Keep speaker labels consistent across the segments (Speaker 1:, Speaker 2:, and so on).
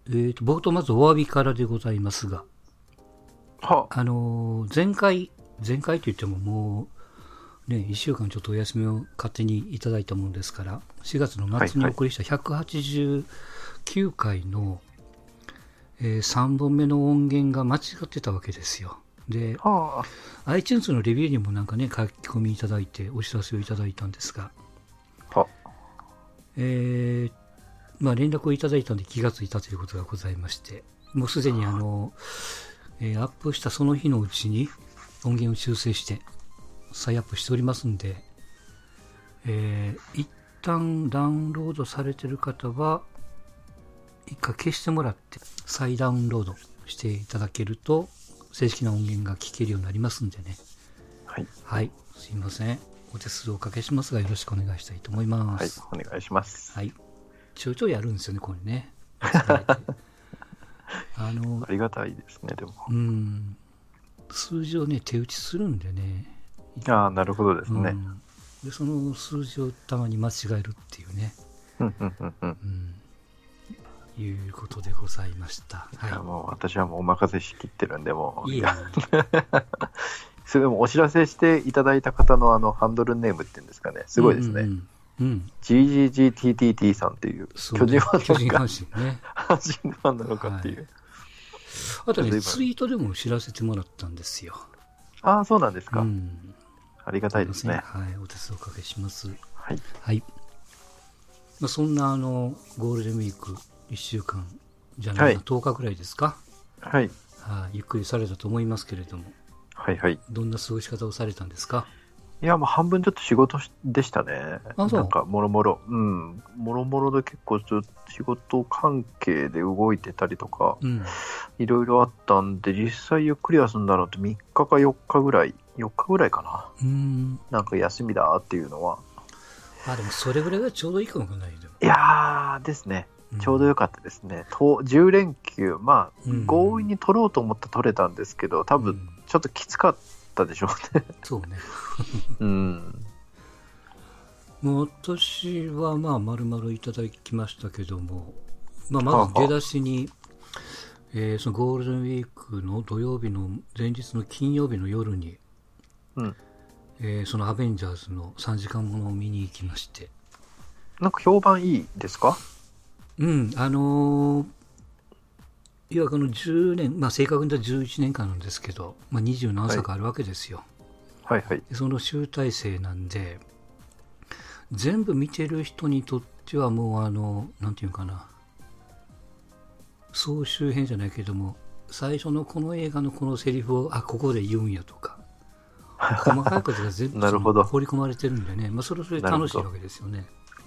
Speaker 1: 冒頭まずお詫びからでございますが、
Speaker 2: は
Speaker 1: 前回といってももう、ね、1週間ちょっとお休みを勝手にいただいたものですから、4月の夏にお送りした189回の、3本目の音源が間違ってたわけですよ。で、iTunes のレビューにもなんかね、書き込みいただいて、お知らせをいただいたんですが、まあ、連絡をいただいたので気がついたということがございまして、もうすでにアップしたその日のうちに音源を修正して再アップしておりますんで、一旦ダウンロードされている方は一回消してもらって再ダウンロードしていただけると正式な音源が聞けるようになりますんでね。
Speaker 2: はい、
Speaker 1: はい、すいません、お手数をおかけしますがよろしくお願いしたいと思います。
Speaker 2: はい、お願いします。
Speaker 1: はい、ちょいちょいやるんですよねこれね。あ
Speaker 2: りがたいですね。でも
Speaker 1: 数字をね手打ちするんでね。
Speaker 2: なるほどですね。
Speaker 1: でその数字をたまに間違えるっていうね。いうことでございました。はい、
Speaker 2: もう私はもうお任せしきってるんで、もう
Speaker 1: いいや
Speaker 2: それでもお知らせしていただいた方のハンドルネームっていうんですかね、すごいですね。GGGTTT さんっていう巨人ファンなのか、阪神ファンなのかっていう、
Speaker 1: あとねツイートでも知らせてもらったんですよ。
Speaker 2: そうなんですか。ありがたいですね。
Speaker 1: はい、お手数おかけします。
Speaker 2: はい、
Speaker 1: はい、まあ、そんなゴールデンウィーク1週間じゃないな、10日ぐらいですか。
Speaker 2: はい、
Speaker 1: ゆっくりされたと思いますけれども、どんな過ごし方をされたんですか。
Speaker 2: いや、もう半分ちょっと仕事でしたね。なんかもろもろで結構ちょっと仕事関係で動いてたりとか、いろいろあったんで、実際ゆっくり休んだのって3日か4日ぐらいかな。なんか休みだっていうのは。
Speaker 1: でもそれぐらいがちょうどいいかもしれない。
Speaker 2: いやーですね。ちょうどよかったですね。10連休、強引に取ろうと思ったら取れたんですけど、多分ちょっときつかったでしょうね。
Speaker 1: そうね。もう私は丸々いただきましたけども、まず出だしに、そのゴールデンウィークの土曜日の前日の金曜日の夜に、そのアベンジャーズの3時間ものを見に行きまして。
Speaker 2: なんか評判いいですか。
Speaker 1: いわゆるこの10年、正確に言ったら11年間なんですけど、20何作あるわけですよ。その集大成なんで、全部見てる人にとってはもうなんていうかな、総集編じゃないけども、最初のこの映画のこのセリフをここで言うんやとか、細かいことが全部放り込まれてるんでね、それはそれで楽しいわけですよね。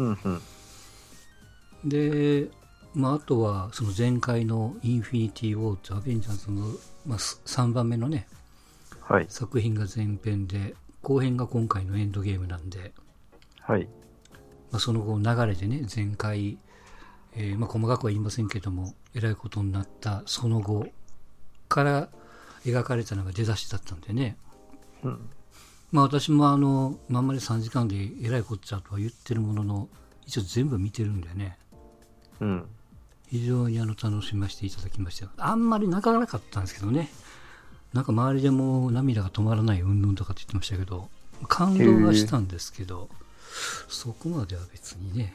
Speaker 1: で、あとはその前回のインフィニティ・ウォーとアベンジャーズの、3番目のね、作品が前編で、後編が今回のエンドゲームなんで、その後流れでね、前回、細かくは言いませんけども、えらいことになったその後から描かれたのが出だしだったんでね、私もあんまり3時間でえらいこっちゃとは言ってるものの、一応全部見てるんでね、非常に楽しませていただきました。あんまり泣かなかったんですけどね、なんか周りでも涙が止まらないうんぬんとかって言ってましたけど、感動はしたんですけど、そこまでは別にね、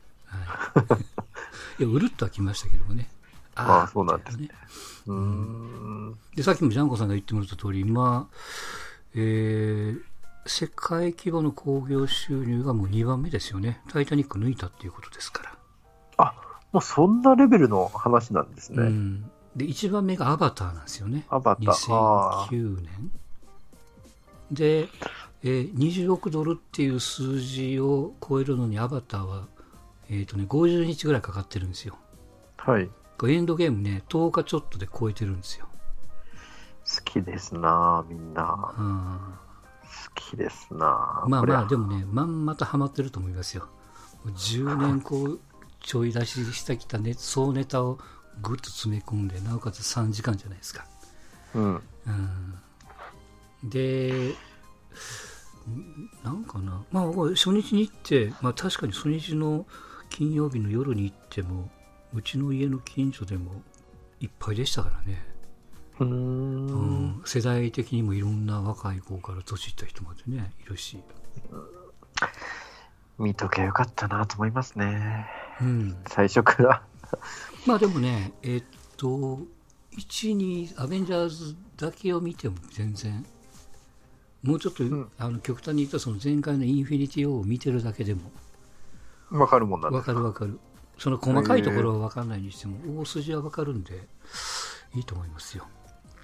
Speaker 1: いやうるっとはきましたけどもね。
Speaker 2: そうなんですね。
Speaker 1: で、さっきもジャンコさんが言ってもらった通り、今、世界規模の興行収入がもう2番目ですよね。タイタニック抜いたっていうことですから。
Speaker 2: もうそんなレベルの話なんですね。
Speaker 1: で、1番目がアバターなんですよね。
Speaker 2: アバター。
Speaker 1: 2009年。で、20億ドルっていう数字を超えるのにアバターは、50日ぐらいかかってるんですよ。エンドゲームね、10日ちょっとで超えてるんですよ。
Speaker 2: 好きですなみんな。好きですな
Speaker 1: でもね、またハマってると思いますよ。10年ちょい出ししてきた総ネタをぐっと詰め込んで、なおかつ3時間じゃないですか。で、なんかな、初日に行って、確かに初日の金曜日の夜に行っても、 うちの家の近所でもいっぱいでしたからね。世代的にもいろんな若い子から年いった人までねいるし、
Speaker 2: 見とけよかったなと思いますね、最初から
Speaker 1: まあでもね1、2アベンジャーズだけを見ても全然もうちょっと、極端に言うとその前回のインフィニティを見てるだけでも
Speaker 2: 分かるもんなんですか。
Speaker 1: 分かるその細かいところは分かんないにしても大筋は分かるんでいいと思いますよ。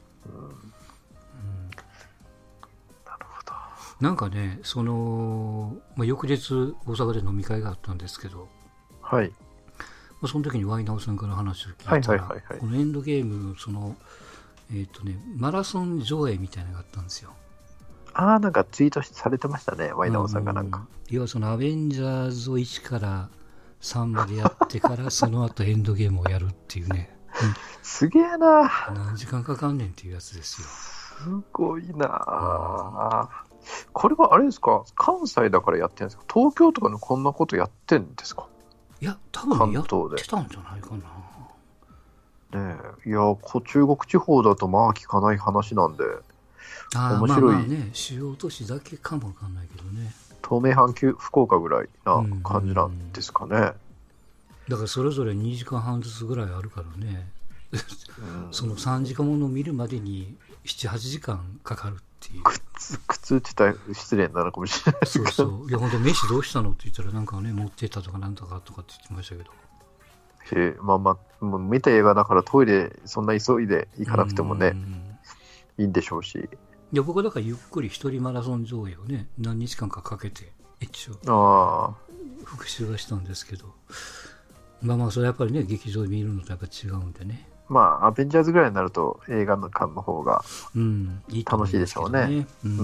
Speaker 2: なるほど。
Speaker 1: なんかねその、翌日大阪で飲み会があったんですけど、
Speaker 2: はい、
Speaker 1: その時にワイナオさんから話を聞いたら、このエンドゲームそのマラソン上映みたいなのがあったんですよ。
Speaker 2: なんかツイートされてましたね、ワイナオさんがなんか。
Speaker 1: 要はそのアベンジャーズを1から3までやってからその後エンドゲームをやるっていうね
Speaker 2: すげえな。
Speaker 1: 何時間かかんねんっていうやつですよ。
Speaker 2: すごいな。これはあれですか、関西だからやってるんですか、東京とかのこんなことやってんですか。
Speaker 1: いや多分やってたんじゃないかな。
Speaker 2: ねえ、いや中国地方だと聞かない話なんで面白い。
Speaker 1: ね、主要都市だけかもわかんないけどね。
Speaker 2: 東名阪急福岡ぐらいな感じなんですかね。
Speaker 1: だからそれぞれ2時間半ずつぐらいあるからねその3時間ものを見るまでに 7,8 時間かかるっていう。
Speaker 2: 苦痛って言ったら失礼になるかもしれないですけど。
Speaker 1: そういや本当飯どうしたのって言ったらなんかね持ってったとかなんとかとかって言ってましたけど、
Speaker 2: もう見た映画だからトイレそんな急いで行かなくてもねいいんでしょうし。
Speaker 1: いや僕だからゆっくり一人マラソン上映をね何日間かかけて一応復習はしたんですけど、それやっぱりね劇場で見るのとやっぱ違うんでね。
Speaker 2: アベンジャーズぐらいになると映画館の方が楽しいでしょうね。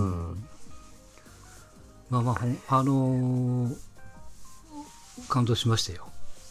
Speaker 1: 感動しましたよ。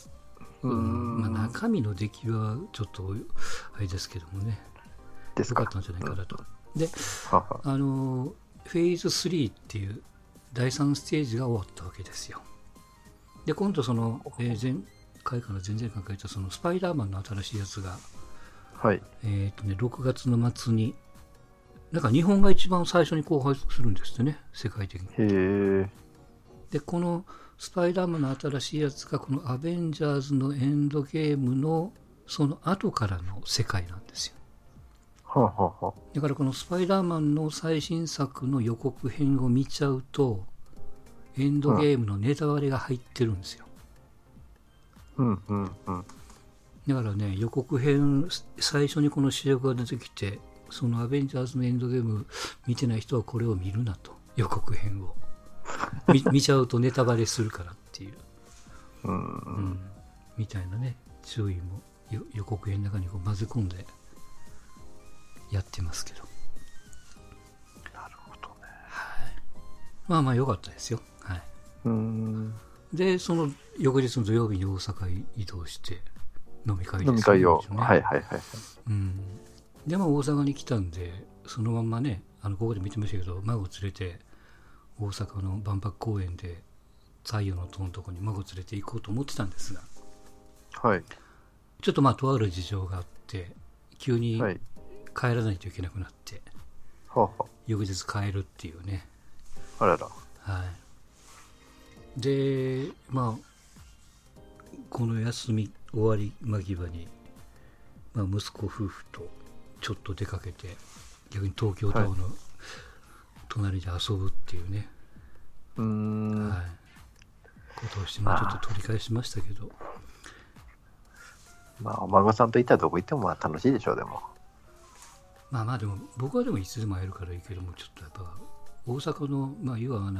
Speaker 1: 中身の出来はちょっとあれですけどもね、良かったんじゃないかなと。でフェーズ3っていう第3ステージが終わったわけですよ。で今度その、前回から前々回から言ったそのスパイダーマンの新しいやつが、6月の末になんか日本が一番最初に公開するんですってね、世界的に。でこのスパイダーマンの新しいやつがこのアベンジャーズのエンドゲームのその後からの世界なんですよ。だからこのスパイダーマンの最新作の予告編を見ちゃうとエンドゲームのネタバレが入ってるんですよ。だからね予告編最初にこの主役が出てきてそのアベンジャーズのエンドゲーム見てない人はこれを見るなと、予告編を見ちゃうとネタバレするからっていう、みたいなね注意も予告編の中にこう混ぜ込んでやってますけど。
Speaker 2: なるほどね。
Speaker 1: はい。良かったですよ。はい。でその翌日の土曜日に大阪移動して飲み会です、ね、
Speaker 2: 飲み会を、
Speaker 1: でも大阪に来たんでそのまんまねここで見てましたけど孫連れて大阪の万博公園で太陽の塔のところに孫連れて行こうと思ってたんですが、ちょっととある事情があって急に帰らないといけなくなって、翌日帰るっていうね。でこの休み終わり間際に、息子夫婦とちょっと出かけて逆に東京タワーの隣で遊ぶっていうね、ことをしてちょっと取り返しましたけど、
Speaker 2: お孫さんといったらどこ行っても楽しいでしょう。でも
Speaker 1: でも僕はでもいつでも会えるからいいけども、ちょっとやっぱ大阪の要は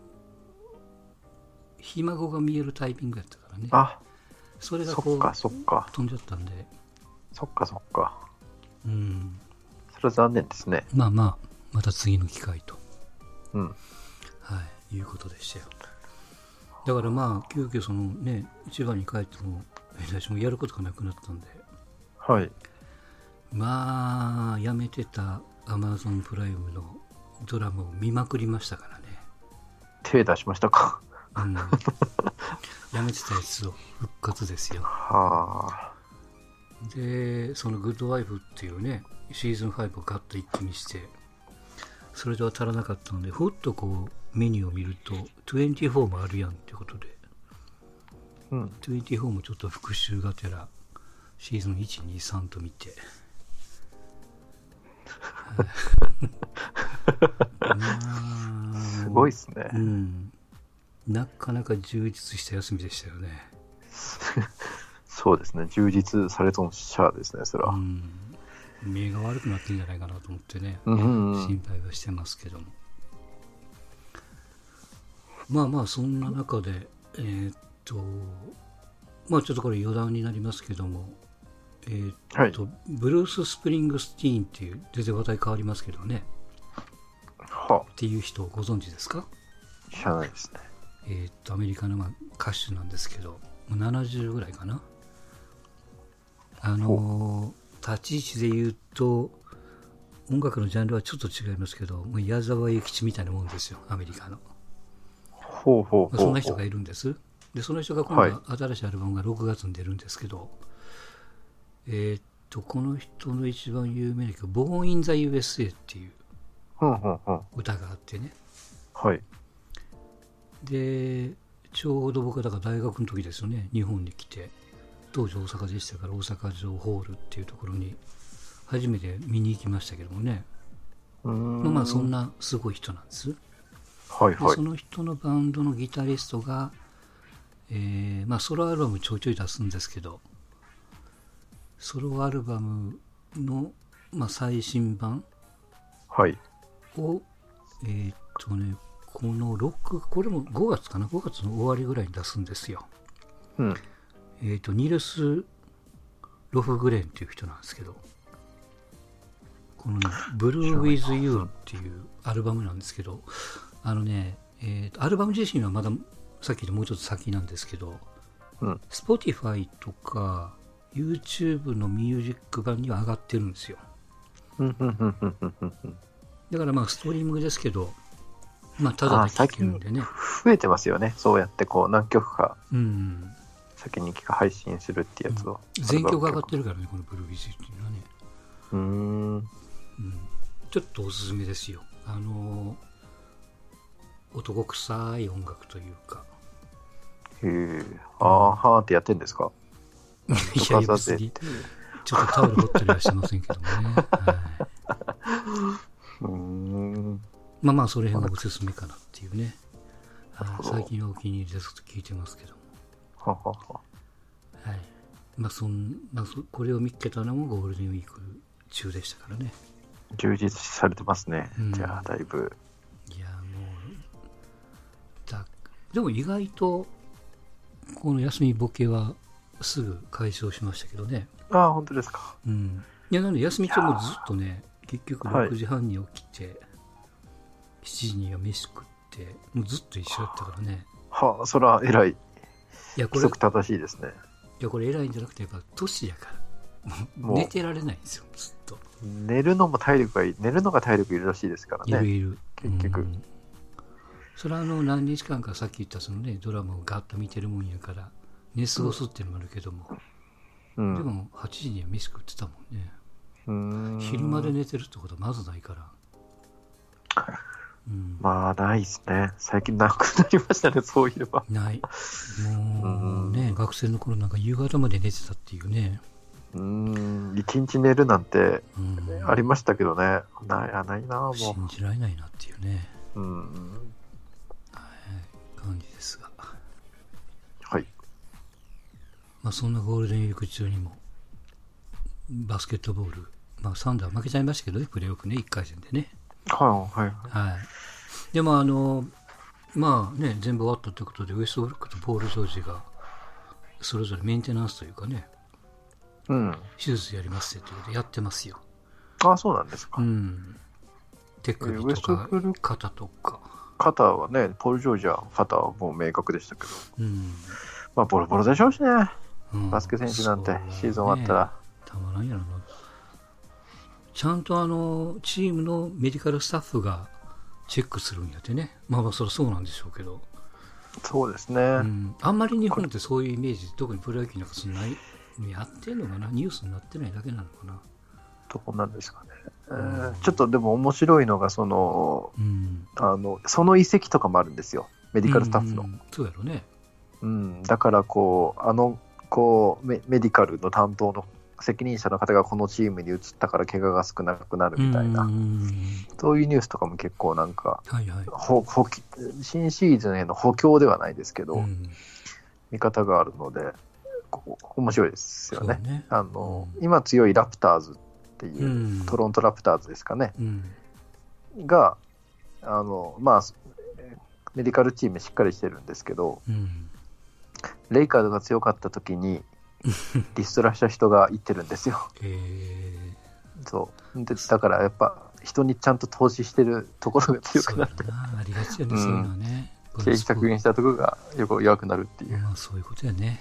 Speaker 1: ひ孫が見えるタイミングやったからね。それがこう飛んじゃったんで。
Speaker 2: そっか。それは残念ですね。
Speaker 1: また次の機会と、いうことでしたよ。だから急遽そのね千葉に帰っても私もやることがなくなったんで、やめてた Amazon プライムのドラマを見まくりましたからね。
Speaker 2: 手出しましたか。
Speaker 1: うん、やめてたやつを復活ですよ。
Speaker 2: はあ。
Speaker 1: で、そのグッドワイフっていうね、シーズン5をガッと一気にして、それでは足らなかったので、ふっとこうメニューを見ると、24もあるやんっていうことで、
Speaker 2: うん、
Speaker 1: 24もちょっと復習がてら、シーズン1、2、3と見て、
Speaker 2: すごいっすね。
Speaker 1: うん。なかなか充実した休みでしたよね。
Speaker 2: そうですね。充実されとんしゃですね、それは。
Speaker 1: 目が悪くなってんじゃないかなと思ってね、心配はしてますけども。まあまあ、そんな中で、まあちょっとこれ余談になりますけども、はい、ブルース・スプリングスティーンっていう、全然話題変わりますけどね。っていう人をご存知ですか？
Speaker 2: 知らないです
Speaker 1: ね。アメリカの歌手なんですけど、70ぐらいかな。立ち位置で言うと、音楽のジャンルはちょっと違いますけど、矢沢永吉みたいなもんですよ、アメリカの。そんな人がいるんです。で、その人が今度新しいアルバムが6月に出るんですけど、この人の一番有名な曲、Born in the USA っていう歌があってね。
Speaker 2: はい。
Speaker 1: で、ちょうど僕はだから大学の時ですよね、日本に来て、当時大阪でしたから大阪城ホールっていうところに初めて見に行きましたけどもね。まあそんなすごい人なんです。
Speaker 2: はいはい。
Speaker 1: でその人のバンドのギタリストが、まあソロアルバムちょいちょい出すんですけど、ソロアルバムの、最新版を、このこれも5月かな、5月の終わりぐらいに出すんですよ。ニルス・ロフグレンっていう人なんですけど、このね、ブルー・ウィズ・ユーっていうアルバムなんですけど、アルバム自身はまださっきでもうちょっと先なんですけど、Spotify とか YouTube のミュージック版には上がってるんですよ。だからストリーミングですけど、ただで聴けるんでね。
Speaker 2: 増えてますよね、そうやってこう何曲か先に配信するってやつを。
Speaker 1: 全曲上がってるからね、このブルービズっていうのはね。ちょっとおすすめですよ。男臭い音楽というか。
Speaker 2: はーってやってんですか？
Speaker 1: いや別にちょっとタオル持ったりはしてませんけどもね。それ辺がおすすめかなっていうね。最近はお気に入りですと聞いてますけども。はい。これを見つけたのもゴールデンウィーク中でしたからね。
Speaker 2: 充実されてますね。じゃあだいぶ。
Speaker 1: いやもうでも意外とこの休みボケはすぐ解消しましたけどね。
Speaker 2: 本当ですか。
Speaker 1: いやなんで休み中もずっとね、結局6時半に起きて、7時には飯食ってもうずっと一緒だったからね。
Speaker 2: それは偉い。
Speaker 1: いやこれ
Speaker 2: 規則正しいですね。
Speaker 1: いやこれ偉いんじゃなくて、やっぱ年やからもう寝てられないんですよ、ずっと。
Speaker 2: 寝るのも体力がいい。寝るのが体力いるらしいですからね。
Speaker 1: いる
Speaker 2: 結局。
Speaker 1: それは何日間かさっき言ったそのね、ドラマをガッと見てるもんやから寝過ごすっていうのもあるけども、でも8時には飯食ってたもんね。昼まで寝てるってことはまずないから。
Speaker 2: ないですね。最近なくなりましたね、そういえば。
Speaker 1: ない。もうね、学生の頃なんか夕方まで寝てたっていうね。
Speaker 2: 一日寝るなんてありましたけどね。ないなもう。
Speaker 1: 信じられないなっていうね。感じですが。
Speaker 2: はい。
Speaker 1: そんなゴールデンウィーク中にもバスケットボール、サンダー負けちゃいましたけどね、プレーオフね、1回戦でね。でも全部終わったということで、ウエストブルックとポール・ジョージがそれぞれメンテナンスというかね、手術やりますっていうことでやってますよ。
Speaker 2: そうなんですか。
Speaker 1: 手首とか肩とか。
Speaker 2: 肩はね、ポール・ジョージは肩はもう明確でしたけど、ボロボロでしょうしね、バスケ選手なんてシーズン終わったら。
Speaker 1: たまらんやろな。ちゃんとチームのメディカルスタッフがチェックするんやってね。それはそうなんでしょうけど。
Speaker 2: そうですね、
Speaker 1: あんまり日本ってそういうイメージ、特にプロ野球なんかそんなにやってんのかな、ニュースになってないだけなのかな。
Speaker 2: どうなんですかね。ちょっとでも面白いのがその移籍とかもあるんですよ、メディカルスタッフの。
Speaker 1: そうやろね。
Speaker 2: だからこうメディカルの担当の責任者の方がこのチームに移ったから怪我が少なくなるみたいな、そういうニュースとかも結構なんか、新シーズンへの補強ではないですけど、見方があるので面白いですよね。今強いラプターズっていう、トロントラプターズですかね、がメディカルチームしっかりしてるんですけど、レイカーズが強かった時にリストラした人がいってるんですよ。そうで、だからやっぱ人にちゃんと投資してるところが強くなって、
Speaker 1: ありがちやね、そういうのはね。
Speaker 2: 経費削減したところが弱くなるっていう。
Speaker 1: そういうことやね。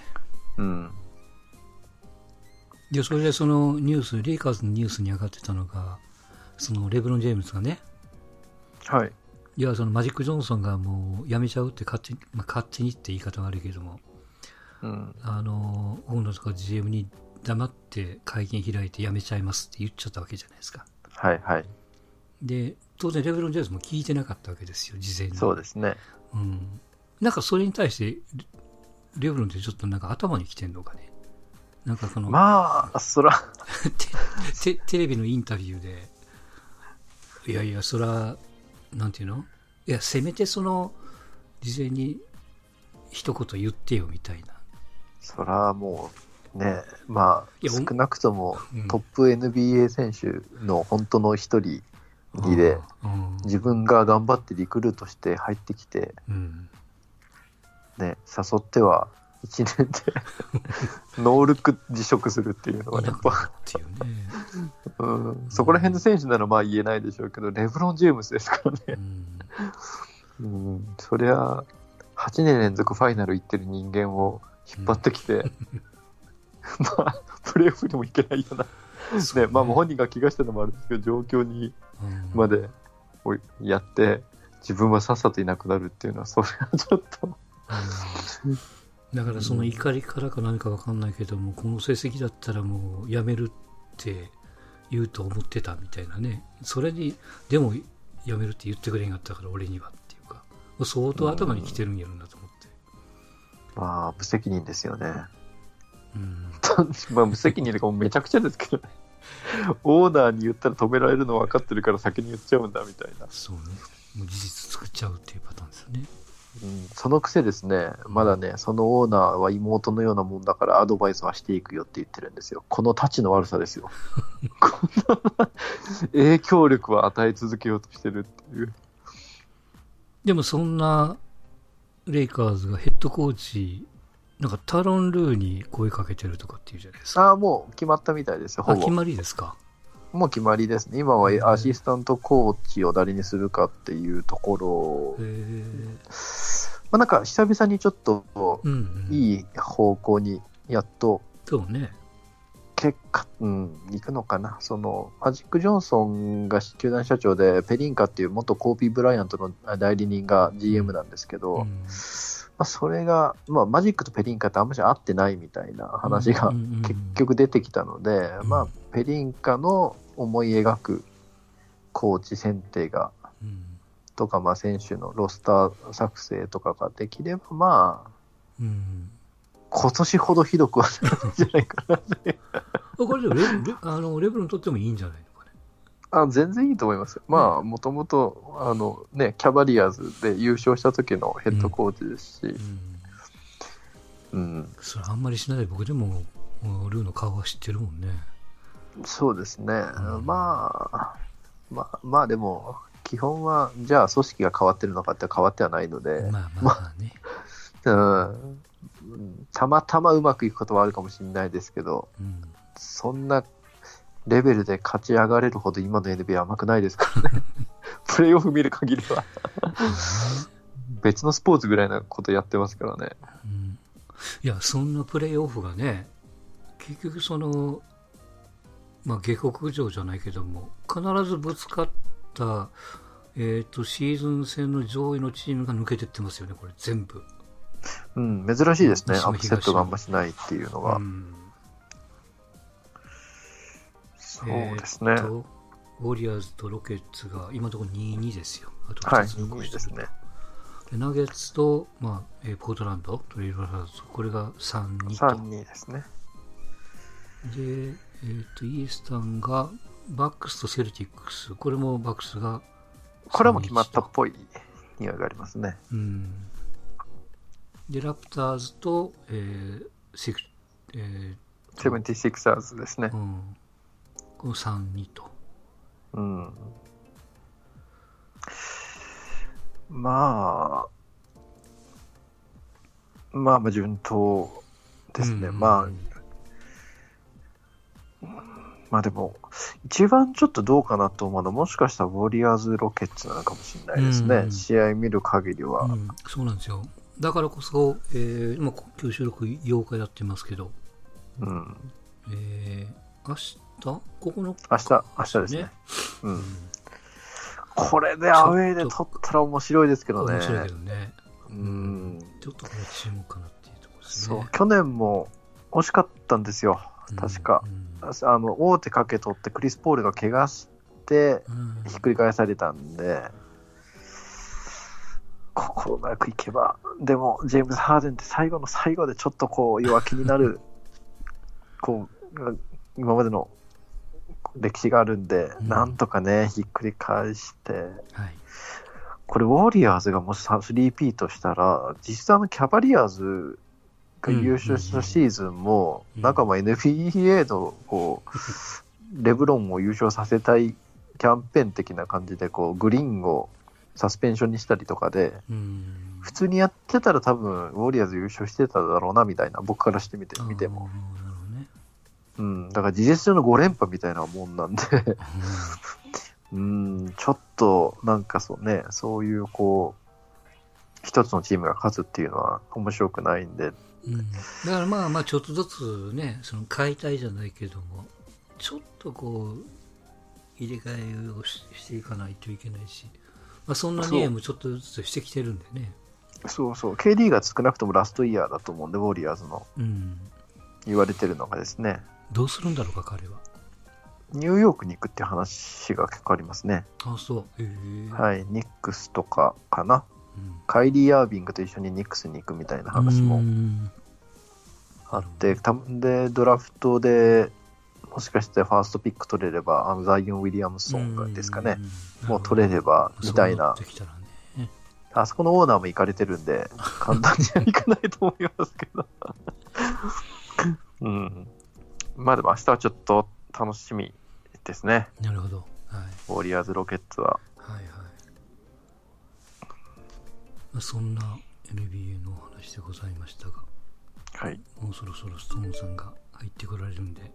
Speaker 1: で、それでそのニュース、レイカーズのニュースに上がってたのが、そのレブロン・ジェームズがね、いや、そのマジック・ジョンソンがもう辞めちゃうって勝手にって言い方が悪いけども、オーナーとか GM に黙って会見開いて辞めちゃいますって言っちゃったわけじゃないですか。で、当然レブロン・ジェームズも聞いてなかったわけですよ、事前に。
Speaker 2: そうですね。
Speaker 1: なんかそれに対してレブロンってちょっとなんか頭にきてんのかね。なんかその
Speaker 2: そら
Speaker 1: テレビのインタビューで、いやいや、そらなんていうの、いや、せめてその事前に一言言ってよみたいな。
Speaker 2: そらもうね、少なくともトップ NBA 選手の本当の一人にで、自分が頑張ってリクルートして入ってきて、ね、誘っては1年でノールック辞職するっていうのはやっぱそこら辺の選手なら言えないでしょうけど、レブロン・ジェームズですからね。そりゃ8年連続ファイナル行ってる人間を引っ張ってきて、プレーオフにも行けないような、本人が怪我したのもあるんですけど、状況にまでやって自分はさっさといなくなるっていうのは、それはちょっと
Speaker 1: だからその怒りからか何か分かんないけども、この成績だったらもうやめるって言うと思ってたみたいなね。それにでもやめるって言ってくれんかったから俺にはっていうか、相当頭にきてるんやろなと思って。
Speaker 2: 無責任ですよね。無責任でかもめちゃくちゃですけどね。オーナーに言ったら止められるの分かってるから先に言っちゃうんだみたいな。
Speaker 1: そうね、もう事実作っちゃうっていうパターンですよね。
Speaker 2: そのくせですね、まだね、そのオーナーは妹のようなもんだからアドバイスはしていくよって言ってるんですよ。このタチの悪さですよ。こんな影響力を与え続けようとしてるっていう。
Speaker 1: でもそんなレイカーズがヘッドコーチ、なんかタロン・ルーに声かけてるとかっていうじゃないですか。
Speaker 2: もう決まったみたいですよ、ほぼ。
Speaker 1: 決まりですか。
Speaker 2: もう決まりですね。今はアシスタントコーチを誰にするかっていうところ、なんか久々にちょっといい方向にやっと結果、行くのかな。そのマジック・ジョンソンが球団社長で、ペリンカっていう元コーピー・ブライアントの代理人が GM なんですけど、それが、マジックとペリンカってあんまり合ってないみたいな話が結局出てきたので、ペリンカの思い描くコーチ選定が、とか、選手のロスター作成とかができれば、今年ほどひどくはないんじゃないかなって。
Speaker 1: これでレブロンにとってもいいんじゃないのかね。
Speaker 2: 全然いいと思いますよ。もともとキャバリアーズで優勝した時のヘッドコーチですし、
Speaker 1: それあんまりしないで、僕でもルーの顔は知ってるもんね。
Speaker 2: そうですね。でも基本はじゃあ組織が変わってるのかって変わってはないので、たまたまうまくいくことはあるかもしれないですけど、そんなレベルで勝ち上がれるほど今の NBA 甘くないですからね。プレーオフ見る限りは別のスポーツぐらいなことやってますからね。
Speaker 1: いや、そんなプレーオフがね、結局その下克上じゃないけども、必ずぶつかったシーズン戦の上位のチームが抜けてってますよね、これ全部。
Speaker 2: うん、珍しいですね。アップセットがあんましないっていうのが。そうですね。
Speaker 1: ウォリアーズとロケッツが今のところ 2-2 ですよ。あと
Speaker 2: 2つ残してですね。
Speaker 1: でナゲッツと、ポートランド、トレイルラーズ、これが 3-2 と。
Speaker 2: 3-2ですね。
Speaker 1: で、イースタンがバックスとセルティックス。これもバックスが。
Speaker 2: これも決まったっぽい匂いがありますね。
Speaker 1: で、ラプターズと、
Speaker 2: 76ers ですね。
Speaker 1: この 3-2 と。
Speaker 2: まあ順当ですね。でも一番ちょっとどうかなと思うのはもしかしたらウォリアーズロケッツなのかもしれないですね。試合見る限りは、
Speaker 1: そうなんですよ。だからこそ、今今日収録8日やってますけど、明日9日
Speaker 2: 明日ですね。これでアウェーで取ったら面白いですけどね。
Speaker 1: 面白いけどね。ちょっとこれ注目かなっていうところですね。
Speaker 2: そう、去年も惜しかったんですよ。確か。大手かけ取ってクリス・ポールが怪我してひっくり返されたんで、ここうまくいけば。でもジェームズ・ハーデンって最後の最後でちょっとこう弱気になる今までの歴史があるんで、なんとかねひっくり返して、これウォリアーズがもし3ピートしたら実際キャバリアーズが優勝したシーズンも、なんかNBA のこうレブロンを優勝させたいキャンペーン的な感じでこうグリーンをサスペンションにしたりとかで、普通にやってたら多分ウォリアーズ優勝してただろうなみたいな、僕からしてみても、だから事実上の5連覇みたいなもんなんでちょっとなんかそういうこう一つのチームが勝つっていうのは面白くないんで、
Speaker 1: だからちょっとずつね、その解体じゃないけどもちょっとこう入れ替えをしていかないといけないし、そんなゲームちょっとずつしてきてるんでね。
Speaker 2: そう KD が少なくともラストイヤーだと思うんで、ウォリアーズの、言われてるのがですね、
Speaker 1: どうするんだろうか彼は。
Speaker 2: ニューヨークに行くっていう話が結構ありますね。
Speaker 1: そう。
Speaker 2: はい、ニックスとかかな、カイリー・アービングと一緒にニックスに行くみたいな話もあって、でドラフトでもしかしてファーストピック取れればザイオン・ウィリアムソンがですかね、もう取れればみたいな。あそこのオーナーも行かれてるんで簡単にはいかないと思いますけどでも明日はちょっと楽しみですね。
Speaker 1: なるほど。
Speaker 2: ウォリアーズロケッツは。
Speaker 1: そんな NBA のお話でございましたが、もうそろそろストーンさんが入ってこられるんで。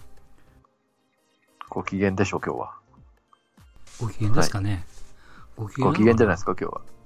Speaker 2: ご機嫌でしょう今日は。
Speaker 1: ご機嫌ですかね。
Speaker 2: ご機嫌じゃないですか今日は。